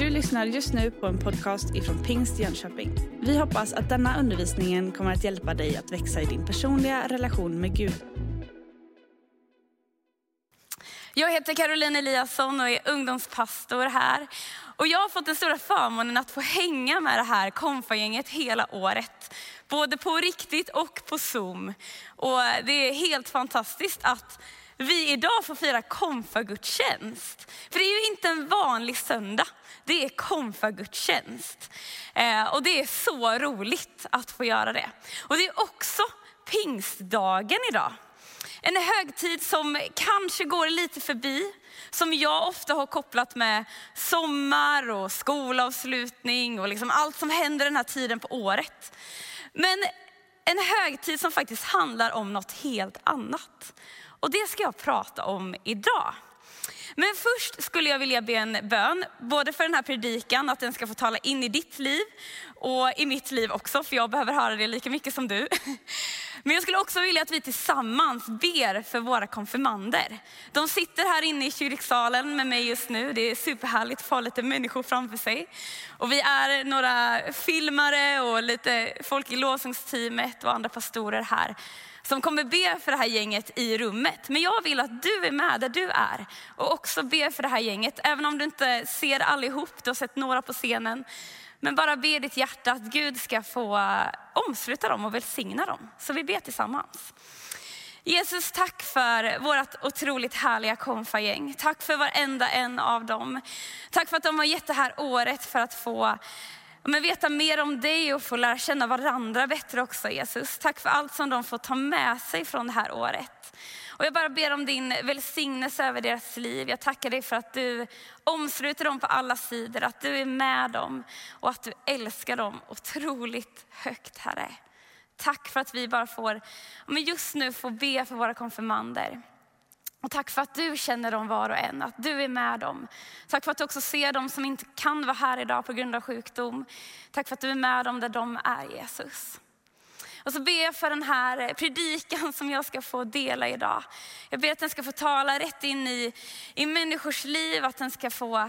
Du lyssnar just nu på en podcast ifrån Pingst Jönköping. Vi hoppas att denna undervisning kommer att hjälpa dig att växa i din personliga relation med Gud. Jag heter Caroline Eliasson och är ungdomspastor här. Och jag har fått den stora förmånen att få hänga med det här konfagänget hela året. Både på riktigt och på Zoom. Och det är helt fantastiskt att vi idag får fira konfagudstjänst. För det är ju inte en vanlig söndag. Det är konfagudstjänst. Och det är så roligt att få göra det. Och det är också pingstdagen idag. En högtid som kanske går lite förbi. Som jag ofta har kopplat med sommar och skolavslutning och liksom allt som händer den här tiden på året. Men en högtid som faktiskt handlar om något helt annat. Och det ska jag prata om idag. Men först skulle jag vilja be en bön, både för den här predikan, att den ska få tala in i ditt liv och i mitt liv också, för jag behöver höra det lika mycket som du. Men jag skulle också vilja att vi tillsammans ber för våra konfirmander. De sitter här inne i kyrksalen med mig just nu. Det är superhärligt att få lite människor framför sig. Och vi är några filmare och lite folk i lovsångsteamet och andra pastorer här som kommer be för det här gänget i rummet. Men jag vill att du är med där du är och också be för det här gänget. Även om du inte ser allihop, du har sett några på scenen. Men bara be ditt hjärta att Gud ska få omsluta dem och välsigna dem. Så vi ber tillsammans. Jesus, tack för vårt otroligt härliga konfagäng. Tack för varenda en av dem. Tack för att de har gett det här året för att få veta mer om dig och få lära känna varandra bättre också, Jesus. Tack för allt som de får ta med sig från det här året. Och jag bara ber om din välsignelse över deras liv. Jag tackar dig för att du omsluter dem på alla sidor. Att du är med dem och att du älskar dem otroligt högt, Herre. Tack för att vi bara får, just nu får be för våra konfirmander. Och tack för att du känner dem var och en, att du är med dem. Tack för att du också ser dem som inte kan vara här idag på grund av sjukdom. Tack för att du är med dem där de är, Jesus. Och så ber jag för den här predikan som jag ska få dela idag. Jag ber att den ska få tala rätt in i människors liv. Att den ska få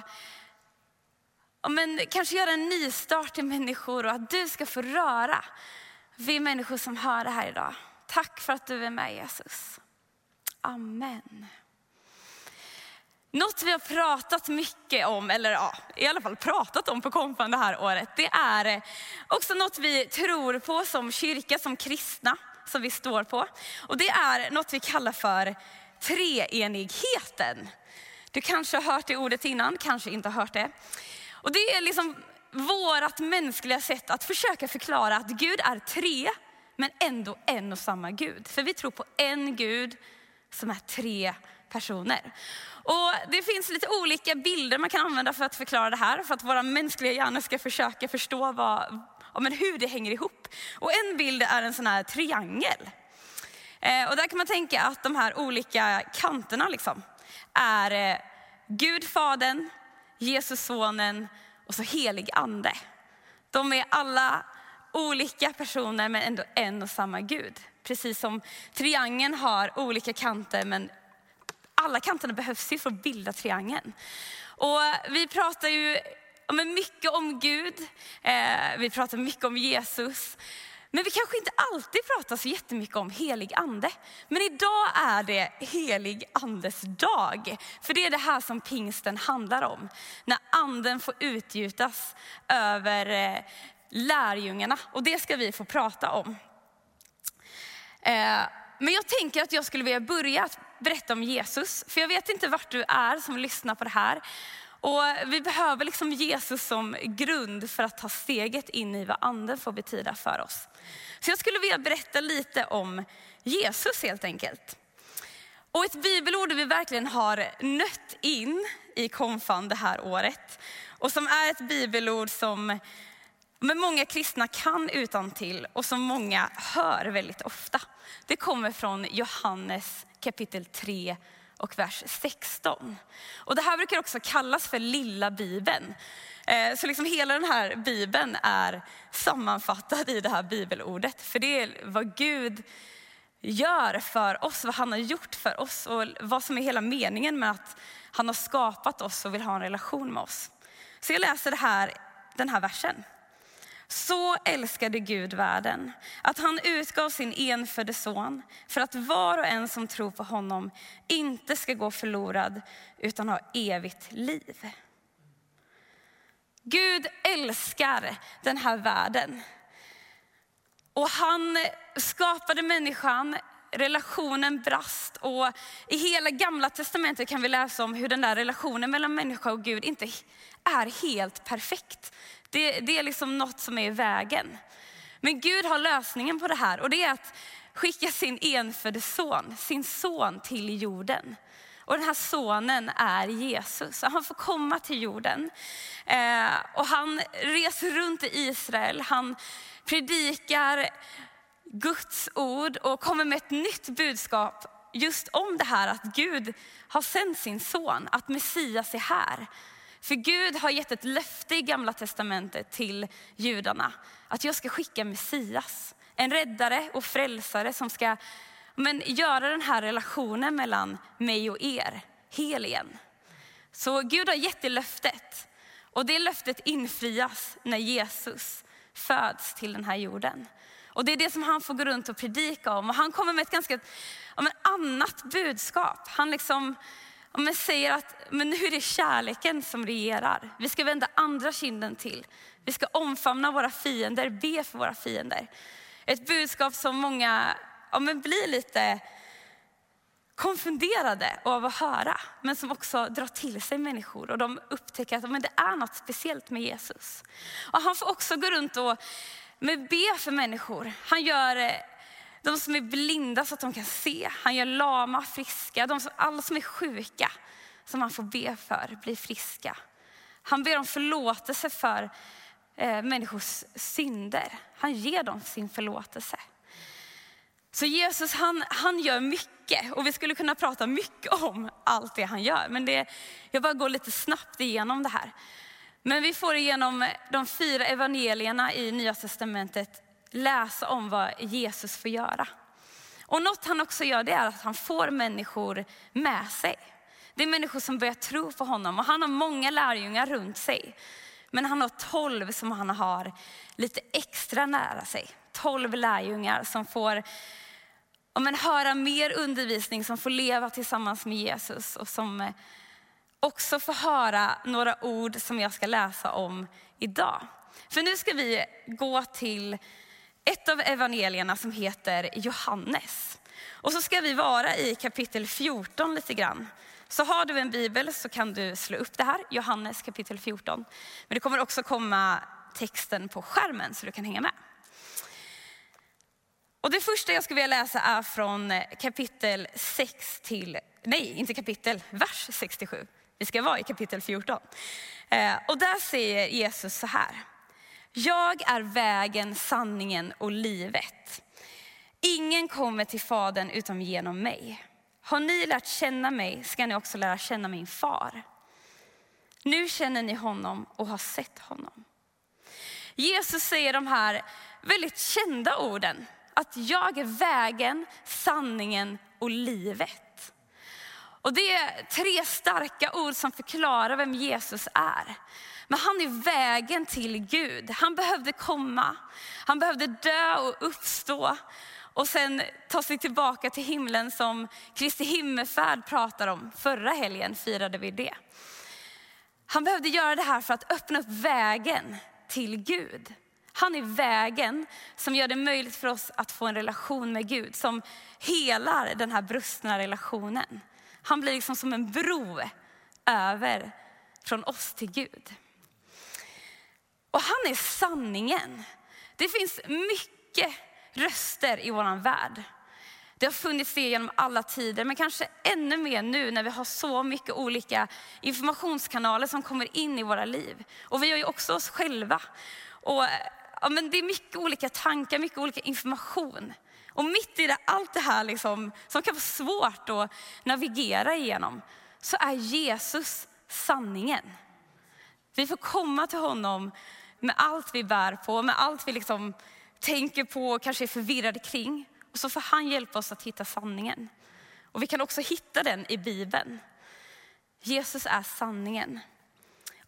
kanske göra en ny start i människor. Och att du ska få röra vid människor som hör det här idag. Tack för att du är med, Jesus. Amen. Något vi har pratat mycket om, eller i alla fall pratat om på konfan det här året. Det är också något vi tror på som kyrka, som kristna, som vi står på. Och det är något vi kallar för treenigheten. Du kanske har hört det ordet innan, kanske inte har hört det. Och det är liksom vårat mänskliga sätt att försöka förklara att Gud är tre, men ändå en och samma Gud. För vi tror på en Gud som är tre personer. Och det finns lite olika bilder man kan använda för att förklara det här. För att våra mänskliga hjärnor ska försöka förstå hur det hänger ihop. Och en bild är en sån här triangel. Och där kan man tänka att de här olika kanterna är Gud Fadern, Jesus Sonen och så helig ande. De är alla olika personer men ändå en och samma Gud. Precis som triangeln har olika kanter, men alla kanterna behövs ju för att bilda triangeln. Och vi pratar ju mycket om Gud, vi pratar mycket om Jesus. Men vi kanske inte alltid pratar så jättemycket om helig ande. Men idag är det helig andes dag. För det är det här som pingsten handlar om. När anden får utgjutas över lärjungarna. Och det ska vi få prata om. Men jag tänker att jag skulle vilja börja att berätta om Jesus. För jag vet inte vart du är som lyssnar på det här. Och vi behöver Jesus som grund för att ta steget in i vad anden får betyda för oss. Så jag skulle vilja berätta lite om Jesus helt enkelt. Och ett bibelord vi verkligen har nött in i konfan det här året. Och som är ett bibelord som många kristna kan utan till och som många hör väldigt ofta. Det kommer från Johannes kapitel 3 och vers 16. Och det här brukar också kallas för lilla bibeln. Så hela den här bibeln är sammanfattad i det här bibelordet. För det är vad Gud gör för oss, vad han har gjort för oss och vad som är hela meningen med att han har skapat oss och vill ha en relation med oss. Så jag läser den här versen. Så älskade Gud världen att han utgav sin enfödde son för att var och en som tror på honom inte ska gå förlorad utan ha evigt liv. Gud älskar den här världen. Och han skapade människan, relationen brast. Och i hela gamla testamentet kan vi läsa om hur den där relationen mellan människa och Gud inte är helt perfekt. Det är liksom något som är i vägen. Men Gud har lösningen på det här. Och det är att skicka sin enfödde son, sin son till jorden. Och den här sonen är Jesus. Han får komma till jorden. Och han reser runt i Israel. Han predikar Guds ord och kommer med ett nytt budskap just om det här att Gud har sänt sin son, att Messias är här. För Gud har gett ett löfte i gamla testamentet till judarna att jag ska skicka Messias, en räddare och frälsare som ska göra den här relationen mellan mig och er hel igen. Så Gud har gett det löftet och det löftet infrias när Jesus föds till den här jorden. Och det är det som han får gå runt och predika om. Och han kommer med ett ganska annat budskap. Han säger att nu är det kärleken som regerar. Vi ska vända andra kinden till. Vi ska omfamna våra fiender, be för våra fiender. Ett budskap som många blir lite konfunderade av att höra. Men som också drar till sig människor. Och de upptäcker att det är något speciellt med Jesus. Och han får också gå runt och be för människor. Han gör de som är blinda så att de kan se. Han gör lama friska. Alla som är sjuka som han får be för blir friska. Han ber om förlåtelse för människors synder. Han ger dem sin förlåtelse. Så Jesus han gör mycket. Och vi skulle kunna prata mycket om allt det han gör. Men jag bara går lite snabbt igenom det här. Men vi får igenom de 4 evangelierna i Nya testamentet läsa om vad Jesus får göra. Och något han också gör, det är att han får människor med sig. Det är människor som börjar tro på honom. Och han har många lärjungar runt sig. Men han har 12 som han har lite extra nära sig. 12 lärjungar som får höra mer undervisning, som får leva tillsammans med Jesus. Och som också får höra några ord som jag ska läsa om idag. För nu ska vi gå till ett av evangelierna som heter Johannes. Och så ska vi vara i kapitel 14 lite grann. Så har du en bibel så kan du slå upp det här, Johannes kapitel 14. Men det kommer också komma texten på skärmen så du kan hänga med. Och det första jag skulle vilja läsa är från kapitel 6 till, vers 67. Vi ska vara i kapitel 14. Och där säger Jesus så här. Jag är vägen, sanningen och livet. Ingen kommer till Fadern utom genom mig. Har ni lärt känna mig ska ni också lära känna min far. Nu känner ni honom och har sett honom. Jesus säger de här väldigt kända orden. Att jag är vägen, sanningen och livet. Och det är 3 starka ord som förklarar vem Jesus är. Men han är vägen till Gud. Han behövde komma. Han behövde dö och uppstå. Och sen ta sig tillbaka till himlen som Kristi himmelfärd pratar om. Förra helgen firade vi det. Han behövde göra det här för att öppna upp vägen till Gud. Han är vägen som gör det möjligt för oss att få en relation med Gud. Som helar den här brustna relationen. Han blir liksom som en bro över från oss till Gud. Och han är sanningen. Det finns mycket röster i våran värld. Det har funnits det genom alla tider, men kanske ännu mer nu när vi har så mycket olika informationskanaler som kommer in i våra liv. Och vi har ju också oss själva. Och men det är mycket olika tankar, mycket olika information. Och mitt i allt det här liksom, som kan vara svårt att navigera igenom, så är Jesus sanningen. Vi får komma till honom med allt vi bär på, med allt vi liksom tänker på och kanske är förvirrade kring. Och så får han hjälpa oss att hitta sanningen. Och vi kan också hitta den i Bibeln. Jesus är sanningen.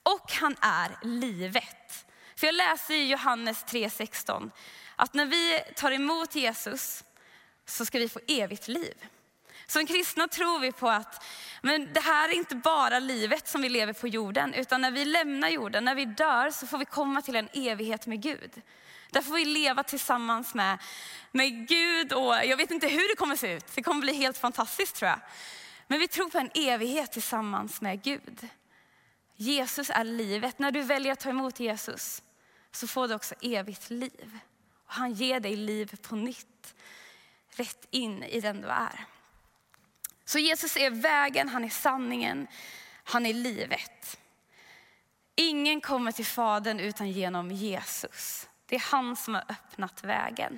och han är livet. För jag läser i Johannes 3:16 att när vi tar emot Jesus så ska vi få evigt liv. Som kristna tror vi på att men det här är inte bara livet som vi lever på jorden, utan när vi lämnar jorden, när vi dör, så får vi komma till en evighet med Gud. Där får vi leva tillsammans med Gud, och jag vet inte hur det kommer se ut. Det kommer bli helt fantastiskt, tror jag. Men vi tror på en evighet tillsammans med Gud. Jesus är livet. När du väljer att ta emot Jesus så får du också evigt liv. Och han ger dig liv på nytt, rätt in i den du är. Så Jesus är vägen, han är sanningen, han är livet. Ingen kommer till Fadern utan genom Jesus. Det är han som har öppnat vägen.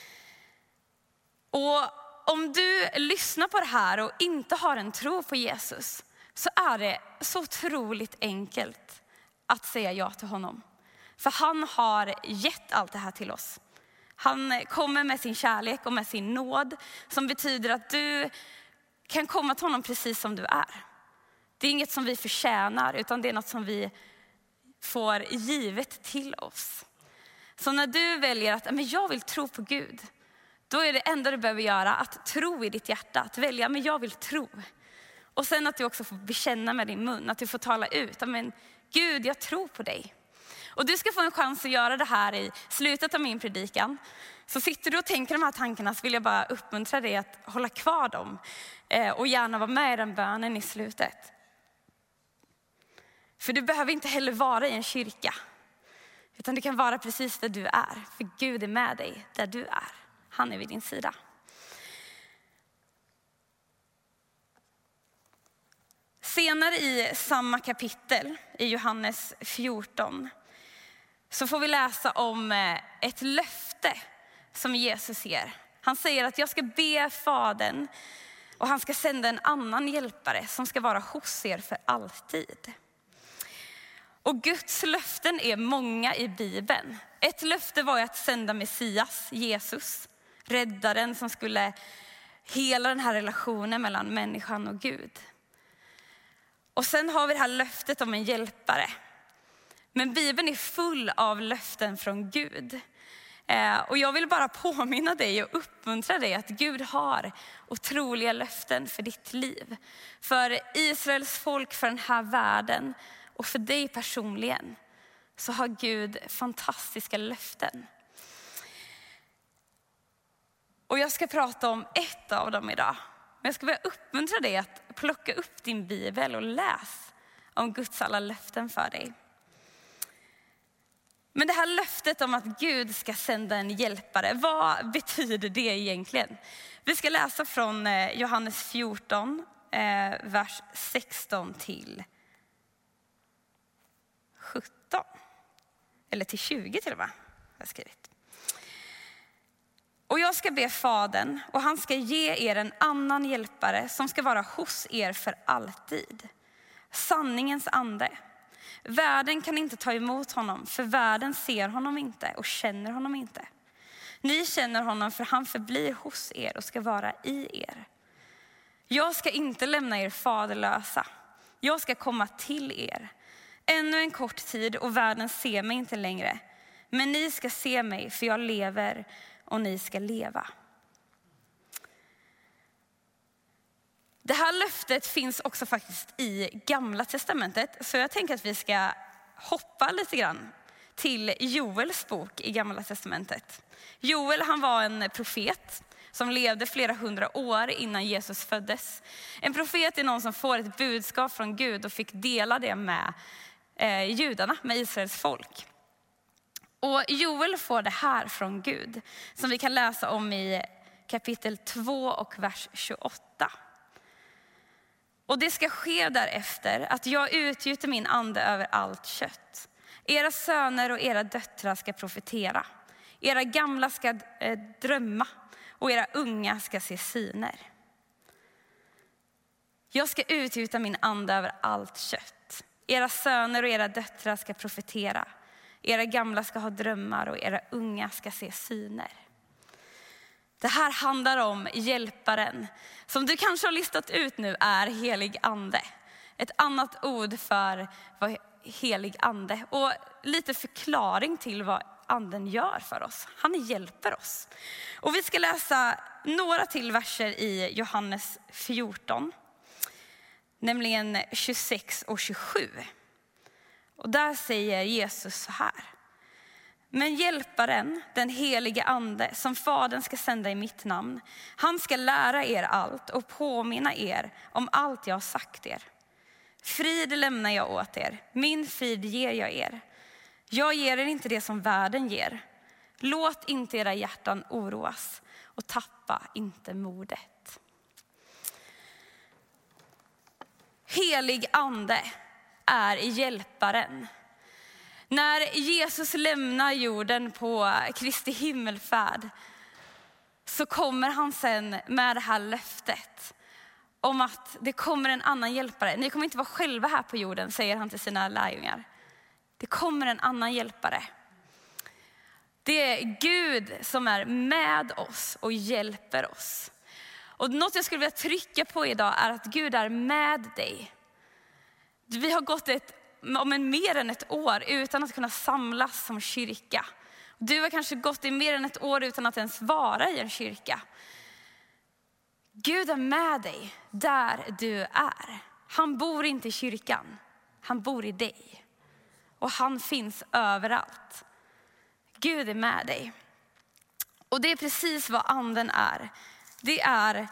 Och om du lyssnar på det här och inte har en tro på Jesus, så är det så otroligt enkelt att säga ja till honom. För han har gett allt det här till oss. Han kommer med sin kärlek och med sin nåd, som betyder att du kan komma till honom precis som du är. Det är inget som vi förtjänar, utan det är något som vi får givet till oss. Så när du väljer att men jag vill tro på Gud, då är det enda du behöver göra att tro i ditt hjärta. Att välja, men jag vill tro. Och sen att du också får bekänna med din mun, att du får tala ut. Men Gud, jag tror på dig. Och du ska få en chans att göra det här i slutet av min predikan. Så sitter du och tänker de här tankarna, så vill jag bara uppmuntra dig att hålla kvar dem. Och gärna vara med i den bönen i slutet. För du behöver inte heller vara i en kyrka. Utan du kan vara precis där du är. För Gud är med dig där du är. Han är vid din sida. Senare i samma kapitel, i Johannes 14, så får vi läsa om ett löfte som Jesus ger. Han säger att jag ska be Fadern, och han ska sända en annan hjälpare som ska vara hos er för alltid. Och Guds löften är många i Bibeln. Ett löfte var att sända Messias, Jesus, räddaren som skulle hela den här relationen mellan människan och Gud. Och sen har vi det här löftet om en hjälpare. Men Bibeln är full av löften från Gud. Och jag vill bara påminna dig och uppmuntra dig att Gud har otroliga löften för ditt liv. För Israels folk, för den här världen och för dig personligen, så har Gud fantastiska löften. Och jag ska prata om ett av dem idag. Men jag ska börja uppmuntra dig att plocka upp din bibel och läs om Guds alla löften för dig. Men det här löftet om att Gud ska sända en hjälpare, vad betyder det egentligen? Vi ska läsa från Johannes 14, vers 16 till 17. Eller till 20 till och med, har jag skrivit. Och jag ska be Fadern, och han ska ge er en annan hjälpare som ska vara hos er för alltid. Sanningens ande. Världen kan inte ta emot honom, för världen ser honom inte och känner honom inte. Ni känner honom, för han förblir hos er och ska vara i er. Jag ska inte lämna er faderlösa. Jag ska komma till er. Ännu en kort tid och världen ser mig inte längre. Men ni ska se mig, för jag lever och ni ska leva. Det här löftet finns också faktiskt i Gamla testamentet. Så jag tänker att vi ska hoppa lite grann till Joels bok i Gamla testamentet. Joel, han var en profet som levde flera hundra år innan Jesus föddes. En profet är någon som får ett budskap från Gud och fick dela det med judarna, med Israels folk. Och Joel får det här från Gud, som vi kan läsa om i kapitel 2 och vers 28. Och det ska ske därefter att jag utgjuter min ande över allt kött. Era söner och era döttrar ska profetera. Era gamla ska drömma och era unga ska se syner. Jag ska utgjuta min ande över allt kött. Era söner och era döttrar ska profetera. Era gamla ska ha drömmar och era unga ska se syner. Det här handlar om hjälparen, som du kanske har listat ut nu är helig ande. Ett annat ord för vad helig ande. Och lite förklaring till vad anden gör för oss. Han hjälper oss. Och vi ska läsa några till verser i Johannes 14. Nämligen 26 och 27. Och där säger Jesus så här. Men hjälparen, den helige ande, som Fadern ska sända i mitt namn. Han ska lära er allt och påminna er om allt jag har sagt er. Frid lämnar jag åt er, min frid ger jag er. Jag ger er inte det som världen ger. Låt inte era hjärtan oroas och tappa inte modet. Helig ande är hjälparen. När Jesus lämnar jorden på Kristi himmelfärd så kommer han sen med det här löftet om att det kommer en annan hjälpare. Ni kommer inte vara själva här på jorden, säger han till sina lärjungar. Det kommer en annan hjälpare. Det är Gud som är med oss och hjälper oss. Och något jag skulle vilja trycka på idag är att Gud är med dig. Vi har gått mer än ett år utan att kunna samlas som kyrka. Du har kanske gått i mer än ett år utan att ens vara i en kyrka. Gud är med dig där du är. Han bor inte i kyrkan. Han bor i dig. Och han finns överallt. Gud är med dig. Och det är precis vad anden är. Det är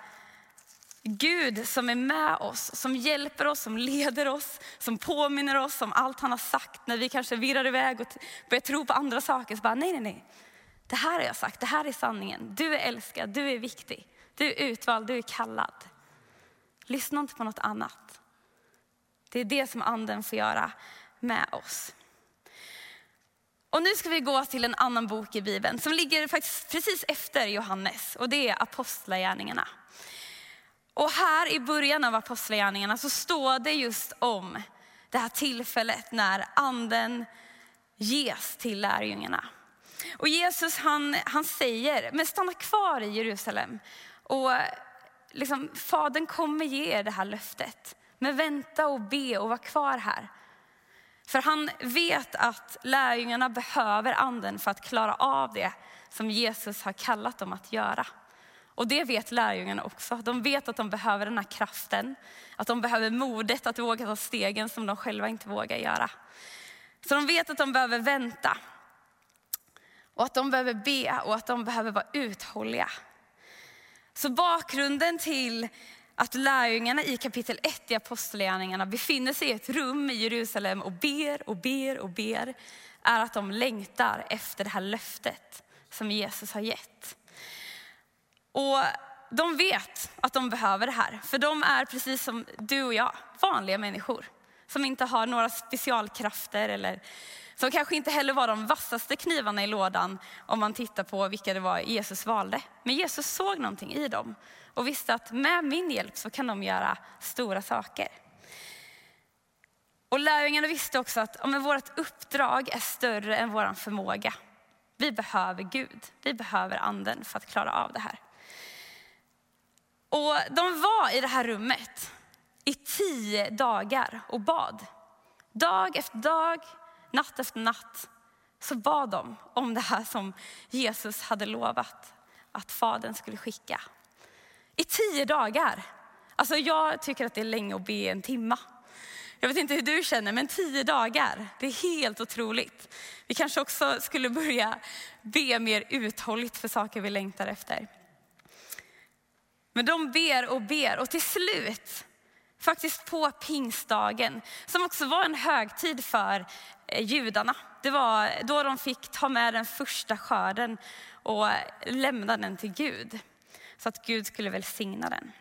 Gud som är med oss, som hjälper oss, som leder oss, som påminner oss om allt han har sagt. När vi kanske virrar iväg och börjar tro på andra saker så bara nej. Det här har jag sagt, det här är sanningen. Du är älskad, du är viktig. Du är utvald, du är kallad. Lyssna inte på något annat. Det är det som anden får göra med oss. Och nu ska vi gå till en annan bok i Bibeln som ligger faktiskt precis efter Johannes. Och det är Apostlagärningarna. Och här i början av Apostlagärningarna så står det just om det här tillfället när anden ges till lärjungarna. Och Jesus han säger, men stanna kvar i Jerusalem. Och liksom, Fadern kommer ge er det här löftet. Men vänta och be och vara kvar här. För han vet att lärjungarna behöver anden för att klara av det som Jesus har kallat dem att göra. Och det vet lärjungarna också. De vet att de behöver den här kraften. Att de behöver modet att våga ta stegen som de själva inte vågar göra. Så de vet att de behöver vänta. Och att de behöver be och att de behöver vara uthålliga. Så bakgrunden till att lärjungarna i kapitel 1 i Apostlagärningarna befinner sig i ett rum i Jerusalem och ber är att de längtar efter det här löftet som Jesus har gett. Och de vet att de behöver det här. För de är precis som du och jag, vanliga människor. Som inte har några specialkrafter eller som kanske inte heller var de vassaste knivarna i lådan om man tittar på vilka det var Jesus valde. Men Jesus såg någonting i dem och visste att med min hjälp så kan de göra stora saker. Och lärjungarna visste också att vårt uppdrag är större än vår förmåga. Vi behöver Gud, vi behöver anden för att klara av det här. Och de var i det här rummet i 10 dagar och bad. Dag efter dag, natt efter natt så bad de om det här som Jesus hade lovat att Fadern skulle skicka. I 10 dagar. Alltså jag tycker att det är länge att be en timma. Jag vet inte hur du känner, men 10 dagar, det är helt otroligt. Vi kanske också skulle börja be mer uthålligt för saker vi längtar efter. Men de ber och till slut, faktiskt på pingstdagen, som också var en högtid för judarna. Det var då de fick ta med den första skörden och lämna den till Gud. Så att Gud skulle välsigna den.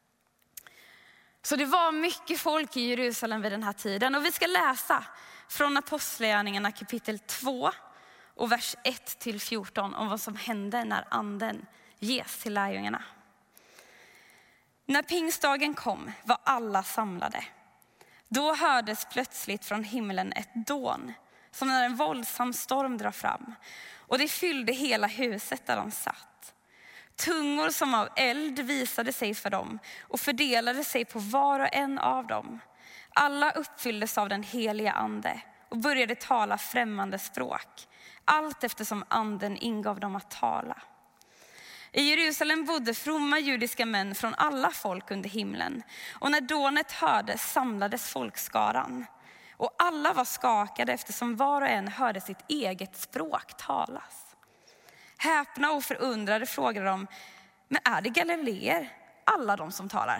Så det var mycket folk i Jerusalem vid den här tiden. Och vi ska läsa från Apostlagärningarna kapitel 2 och vers 1-14 om vad som hände när anden ges till lärjungarna. När pingstdagen kom var alla samlade. Då hördes plötsligt från himlen ett dån, som när en våldsam storm drar fram. Och det fyllde hela huset där de satt. Tungor som av eld visade sig för dem och fördelade sig på var och en av dem. Alla uppfylldes av den heliga ande och började tala främmande språk, allt eftersom anden ingav dem att tala. I Jerusalem bodde fromma judiska män från alla folk under himlen. Och när dånet hördes samlades folkskaran. Och alla var skakade eftersom var och en hörde sitt eget språk talas. Häpna och förundrade frågade de, men är det galileer, alla de som talar?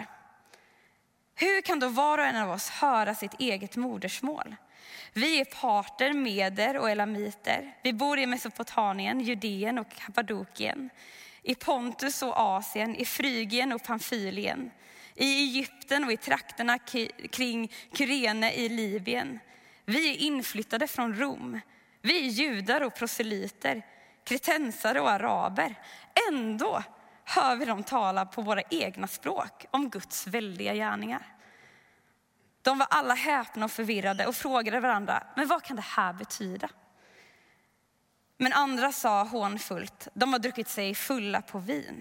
Hur kan då var och en av oss höra sitt eget modersmål? Vi är parter, meder och elamiter. Vi bor i Mesopotamien, Judeen och Kappadokien, i Pontus och Asien, i Frygien och Pamfylien, i Egypten och i trakterna kring Kyrene i Libyen. Vi är inflyttade från Rom. Vi är judar och proselyter, kretensare och araber. Ändå hör vi dem tala på våra egna språk om Guds väldiga gärningar. De var alla häpna och förvirrade och frågade varandra, men vad kan det här betyda? Men andra sa hånfullt, de har druckit sig fulla på vin.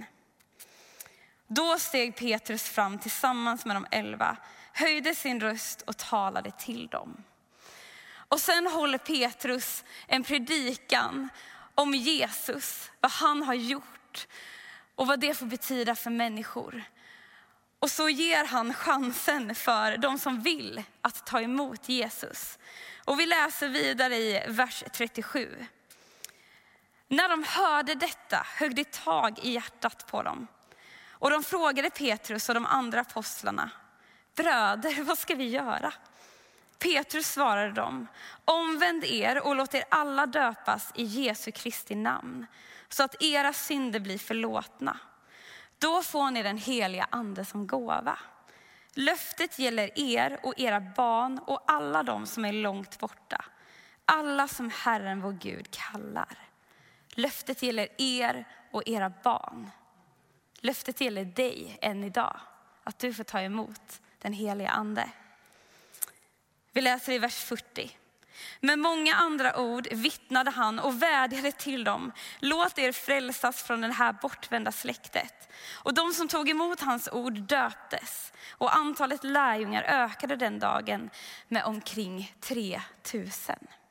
Då steg Petrus fram tillsammans med de 11, höjde sin röst och talade till dem. Och sen håller Petrus en predikan om Jesus, vad han har gjort och vad det får betyda för människor. Och så ger han chansen för de som vill att ta emot Jesus. Och vi läser vidare i vers 37. När de hörde detta högg det tag i hjärtat på dem. Och de frågade Petrus och de andra apostlarna, bröder, vad ska vi göra? Petrus svarade dem, omvänd er och låt er alla döpas i Jesu Kristi namn, så att era synder blir förlåtna. Då får ni den heliga ande som gåva. Löftet gäller er och era barn och alla de som är långt borta. Alla som Herren vår Gud kallar. Löftet gäller er och era barn. Löftet gäller dig än idag. Att du får ta emot den heliga ande. Vi läser i vers 40. Med många andra ord vittnade han och vädjade till dem. Låt er frälsas från den här bortvända släktet. Och de som tog emot hans ord döptes. Och antalet lärjungar ökade den dagen med omkring 3000.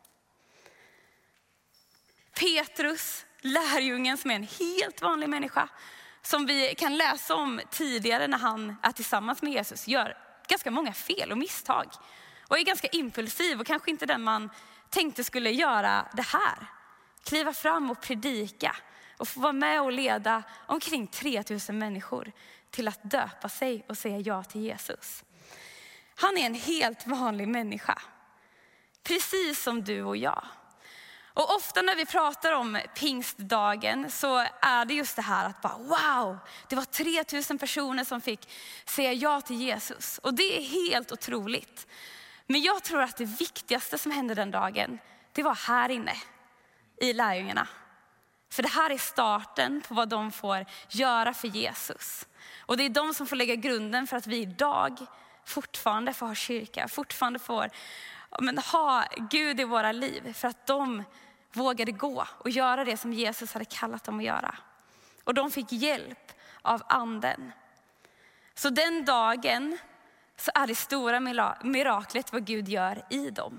Petrus, lärjungen som är en helt vanlig människa, som vi kan läsa om tidigare när han är tillsammans med Jesus, gör ganska många fel och misstag. Och är ganska impulsiv och kanske inte den man tänkte skulle göra det här. Kliva fram och predika och få vara med och leda omkring 3000 människor till att döpa sig och säga ja till Jesus. Han är en helt vanlig människa. Precis som du och jag. Och ofta när vi pratar om pingstdagen så är det just det här att bara wow, det var 3000 personer som fick säga ja till Jesus. Och det är helt otroligt. Men jag tror att det viktigaste som hände den dagen, det var här inne i lärjungarna. För det här är starten på vad de får göra för Jesus. Och det är de som får lägga grunden för att vi idag fortfarande får ha kyrka. Fortfarande får ha Gud i våra liv. För att de vågade gå och göra det som Jesus hade kallat dem att göra. Och de fick hjälp av anden. Så den dagen så är det stora miraklet vad Gud gör i dem.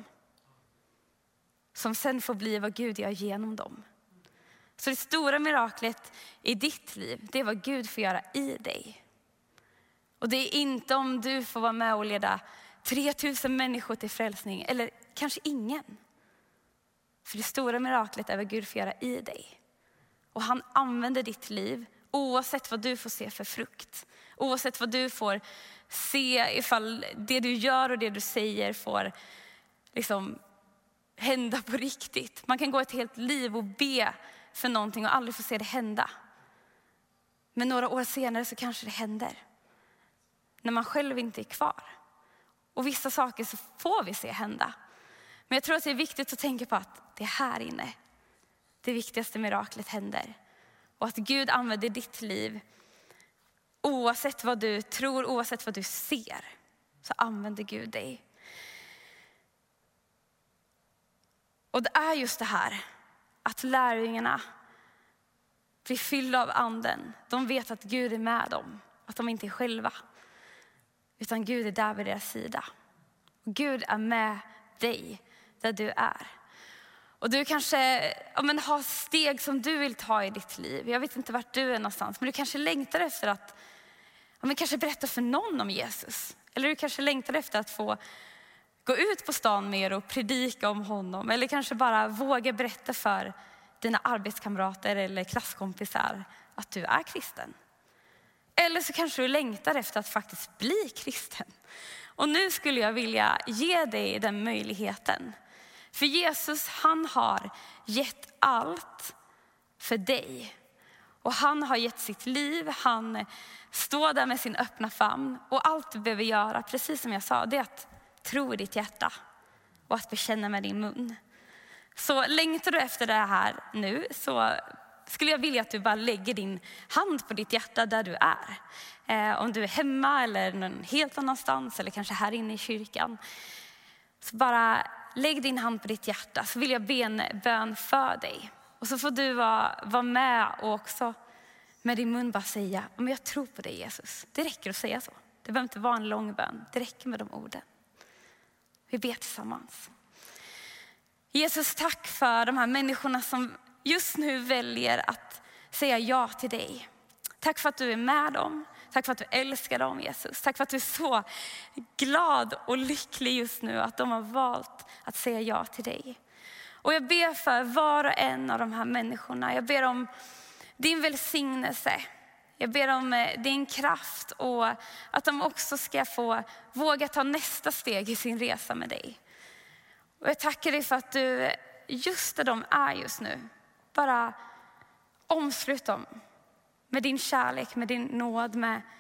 Som sen får bli vad Gud gör genom dem. Så det stora miraklet i ditt liv, det är vad Gud får göra i dig. Och det är inte om du får vara med och leda 3000 människor till frälsning. Eller kanske ingen. För det stora miraklet är vad Gud får göra i dig. Och han använder ditt liv oavsett vad du får se för frukt. Oavsett vad du får se ifall det du gör och det du säger får liksom hända på riktigt. Man kan gå ett helt liv och be för någonting och aldrig få se det hända. Men några år senare så kanske det händer. När man själv inte är kvar. Och vissa saker så får vi se hända. Men jag tror att det är viktigt att tänka på att det är här inne. Det viktigaste miraklet händer. Och att Gud använder ditt liv. Oavsett vad du tror, oavsett vad du ser. Så använder Gud dig. Och det är just det här. Att lärjungarna blir fyllda av anden. De vet att Gud är med dem. Att de inte är själva. Utan Gud är där vid deras sida. Och Gud är med dig där du är. Och du kanske har steg som du vill ta i ditt liv. Jag vet inte vart du är någonstans. Men du kanske längtar efter att kanske berätta för någon om Jesus. Eller du kanske längtar efter att få gå ut på stan mer och predika om honom. Eller kanske bara våga berätta för dina arbetskamrater eller klasskompisar att du är kristen. Eller så kanske du längtar efter att faktiskt bli kristen. Och nu skulle jag vilja ge dig den möjligheten. För Jesus, han har gett allt för dig. Och han har gett sitt liv, han står där med sin öppna famn. Och allt du behöver göra, precis som jag sa, det är att tro i ditt hjärta och att bekänna med din mun. Så längtar du efter det här nu, så skulle jag vilja att du bara lägger din hand på ditt hjärta där du är. Om du är hemma eller någon helt annanstans eller kanske här inne i kyrkan. Så bara lägg din hand på ditt hjärta, så vill jag be en bön för dig. Och så får du vara med och också med din mun bara säga, men jag tror på dig Jesus. Det räcker att säga så. Det behöver inte vara en lång bön, det räcker med de orden. Vi ber tillsammans. Jesus, tack för de här människorna som just nu väljer att säga ja till dig. Tack för att du är med dem. Tack för att du älskar dem, Jesus. Tack för att du är så glad och lycklig just nu att de har valt att säga ja till dig. Och jag ber för var och en av de här människorna. Jag ber om din välsignelse. Jag ber om din kraft och att de också ska få våga ta nästa steg i sin resa med dig. Och jag tackar dig för att du just där de är just nu, bara omslut dem med din kärlek, med din nåd,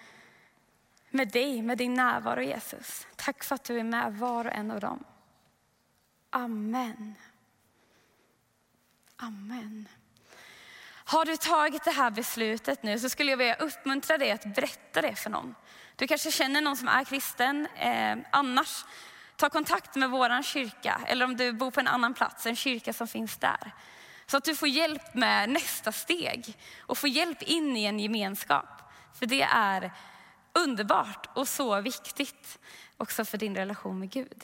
med dig, med din närvaro Jesus. Tack för att du är med var och en av dem. Amen. Amen. Har du tagit det här beslutet nu, så skulle jag vilja uppmuntra dig att berätta det för någon. Du kanske känner någon som är kristen. Annars ta kontakt med våran kyrka. Eller om du bor på en annan plats, en kyrka som finns där. Så att du får hjälp med nästa steg. Och får hjälp in i en gemenskap. För det är underbart och så viktigt. Också för din relation med Gud.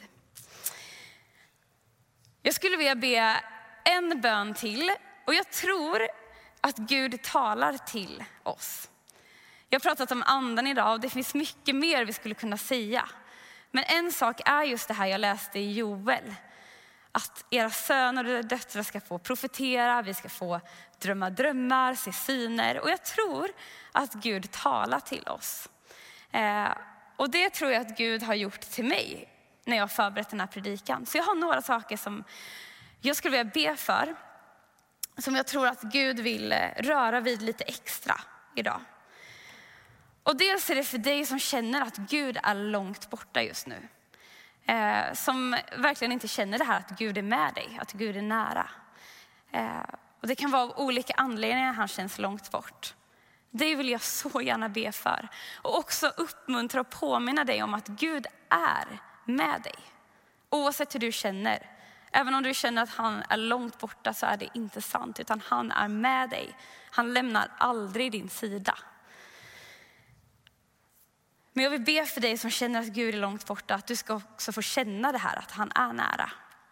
Jag skulle vilja be en bön till. Och jag tror att Gud talar till oss. Jag har pratat om anden idag och det finns mycket mer vi skulle kunna säga. Men en sak är just det här jag läste i Joel. Att era söner och döttrar ska få profetera, vi ska få drömma drömmar, se syner. Och jag tror att Gud talar till oss. Och det tror jag att Gud har gjort till mig när jag har förberett den här predikan. Så jag har några saker som jag skulle vilja be för. Som jag tror att Gud vill röra vid lite extra idag. Och dels är det för dig som känner att Gud är långt borta just nu. Som verkligen inte känner det här att Gud är med dig, att Gud är nära. Och det kan vara av olika anledningar han känns långt bort. Det vill jag så gärna be för. Och också uppmuntra och påminna dig om att Gud är med dig. Oavsett hur du känner. Även om du känner att han är långt borta så är det inte sant. Utan han är med dig. Han lämnar aldrig din sida. Men jag vill be för dig som känner att Gud är långt borta. Att du ska också få känna det här. Att han är nära.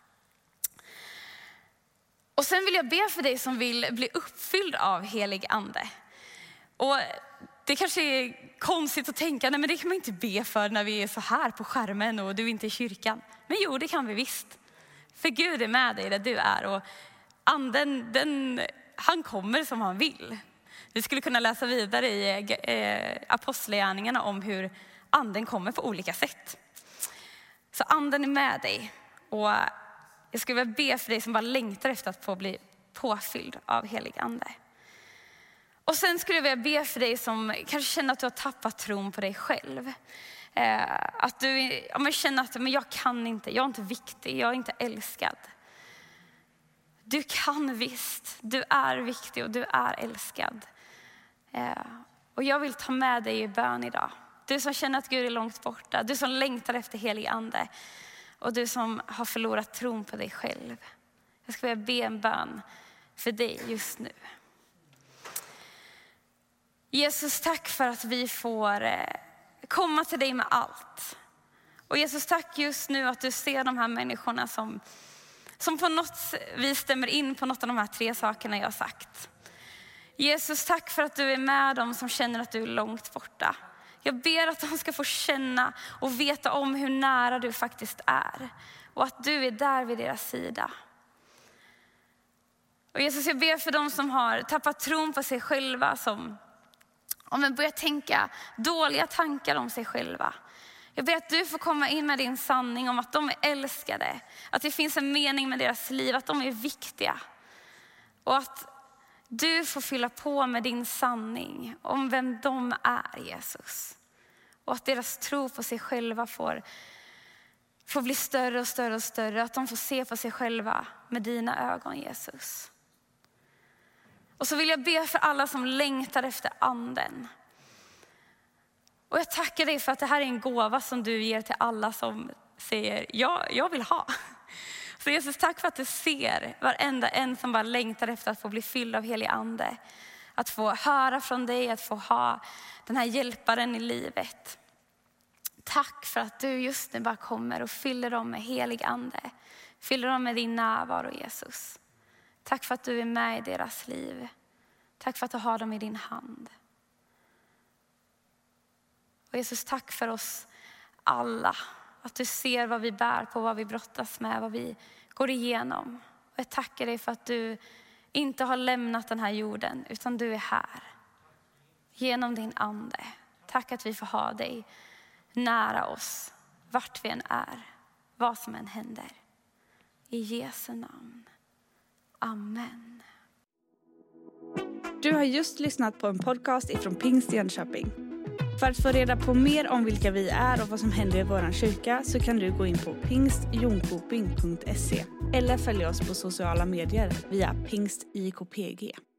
Och sen vill jag be för dig som vill bli uppfylld av helig ande. Och det kanske är konstigt att tänka. Nej, men det kan man inte be för när vi är så här på skärmen. Och du är inte i kyrkan. Men jo, det kan vi visst. För Gud är med dig där du är. Och anden, han kommer som han vill. Vi skulle kunna läsa vidare i apostlagärningarna om hur anden kommer på olika sätt. Så anden är med dig. Och jag skulle vilja be för dig som bara längtar efter att få bli påfylld av helig ande. Och sen skulle jag vilja be för dig som kanske känner att du har tappat tron på dig själv. Att du känner att men jag kan inte, jag är inte viktig, jag är inte älskad. Du kan visst, du är viktig och du är älskad. Och jag vill ta med dig i bön idag. Du som känner att Gud är långt borta, du som längtar efter helig ande. Och du som har förlorat tron på dig själv. Jag ska vilja be en bön för dig just nu. Jesus, tack för att vi får komma till dig med allt. Och Jesus, tack just nu att du ser de här människorna som på något vis stämmer in på något av de här 3 sakerna jag har sagt. Jesus, tack för att du är med dem som känner att du är långt borta. Jag ber att de ska få känna och veta om hur nära du faktiskt är. Och att du är där vid deras sida. Och Jesus, jag ber för dem som har tappat tron på sig själva. Som om de börjar tänka dåliga tankar om sig själva. Jag ber att du får komma in med din sanning om att de är älskade. Att det finns en mening med deras liv, att de är viktiga. Och att du får fylla på med din sanning om vem de är, Jesus. Och att deras tro på sig själva får bli större och större och större. Att de får se på sig själva med dina ögon, Jesus. Och så vill jag be för alla som längtar efter anden. Och jag tackar dig för att det här är en gåva som du ger till alla som säger, jag vill ha. Så Jesus, tack för att du ser varenda en som bara längtar efter att få bli fylld av helig ande. Att få höra från dig, att få ha den här hjälparen i livet. Tack för att du just nu bara kommer och fyller dem med helig ande. Fyller dem med din närvaro, Jesus. Tack för att du är med i deras liv. Tack för att du har dem i din hand. Och Jesus, tack för oss alla. Att du ser vad vi bär på, vad vi brottas med, vad vi går igenom. Och jag tackar dig för att du inte har lämnat den här jorden, utan du är här. Genom din ande. Tack att vi får ha dig nära oss, vart vi än är, vad som än händer. I Jesu namn. Amen. Du har just lyssnat på en podcast ifrån Pingst Jönköping. För att få reda på mer om vilka vi är och vad som händer i våran kyrka så kan du gå in på pingstjonkoping.se eller följa oss på sociala medier via pingstjkpg.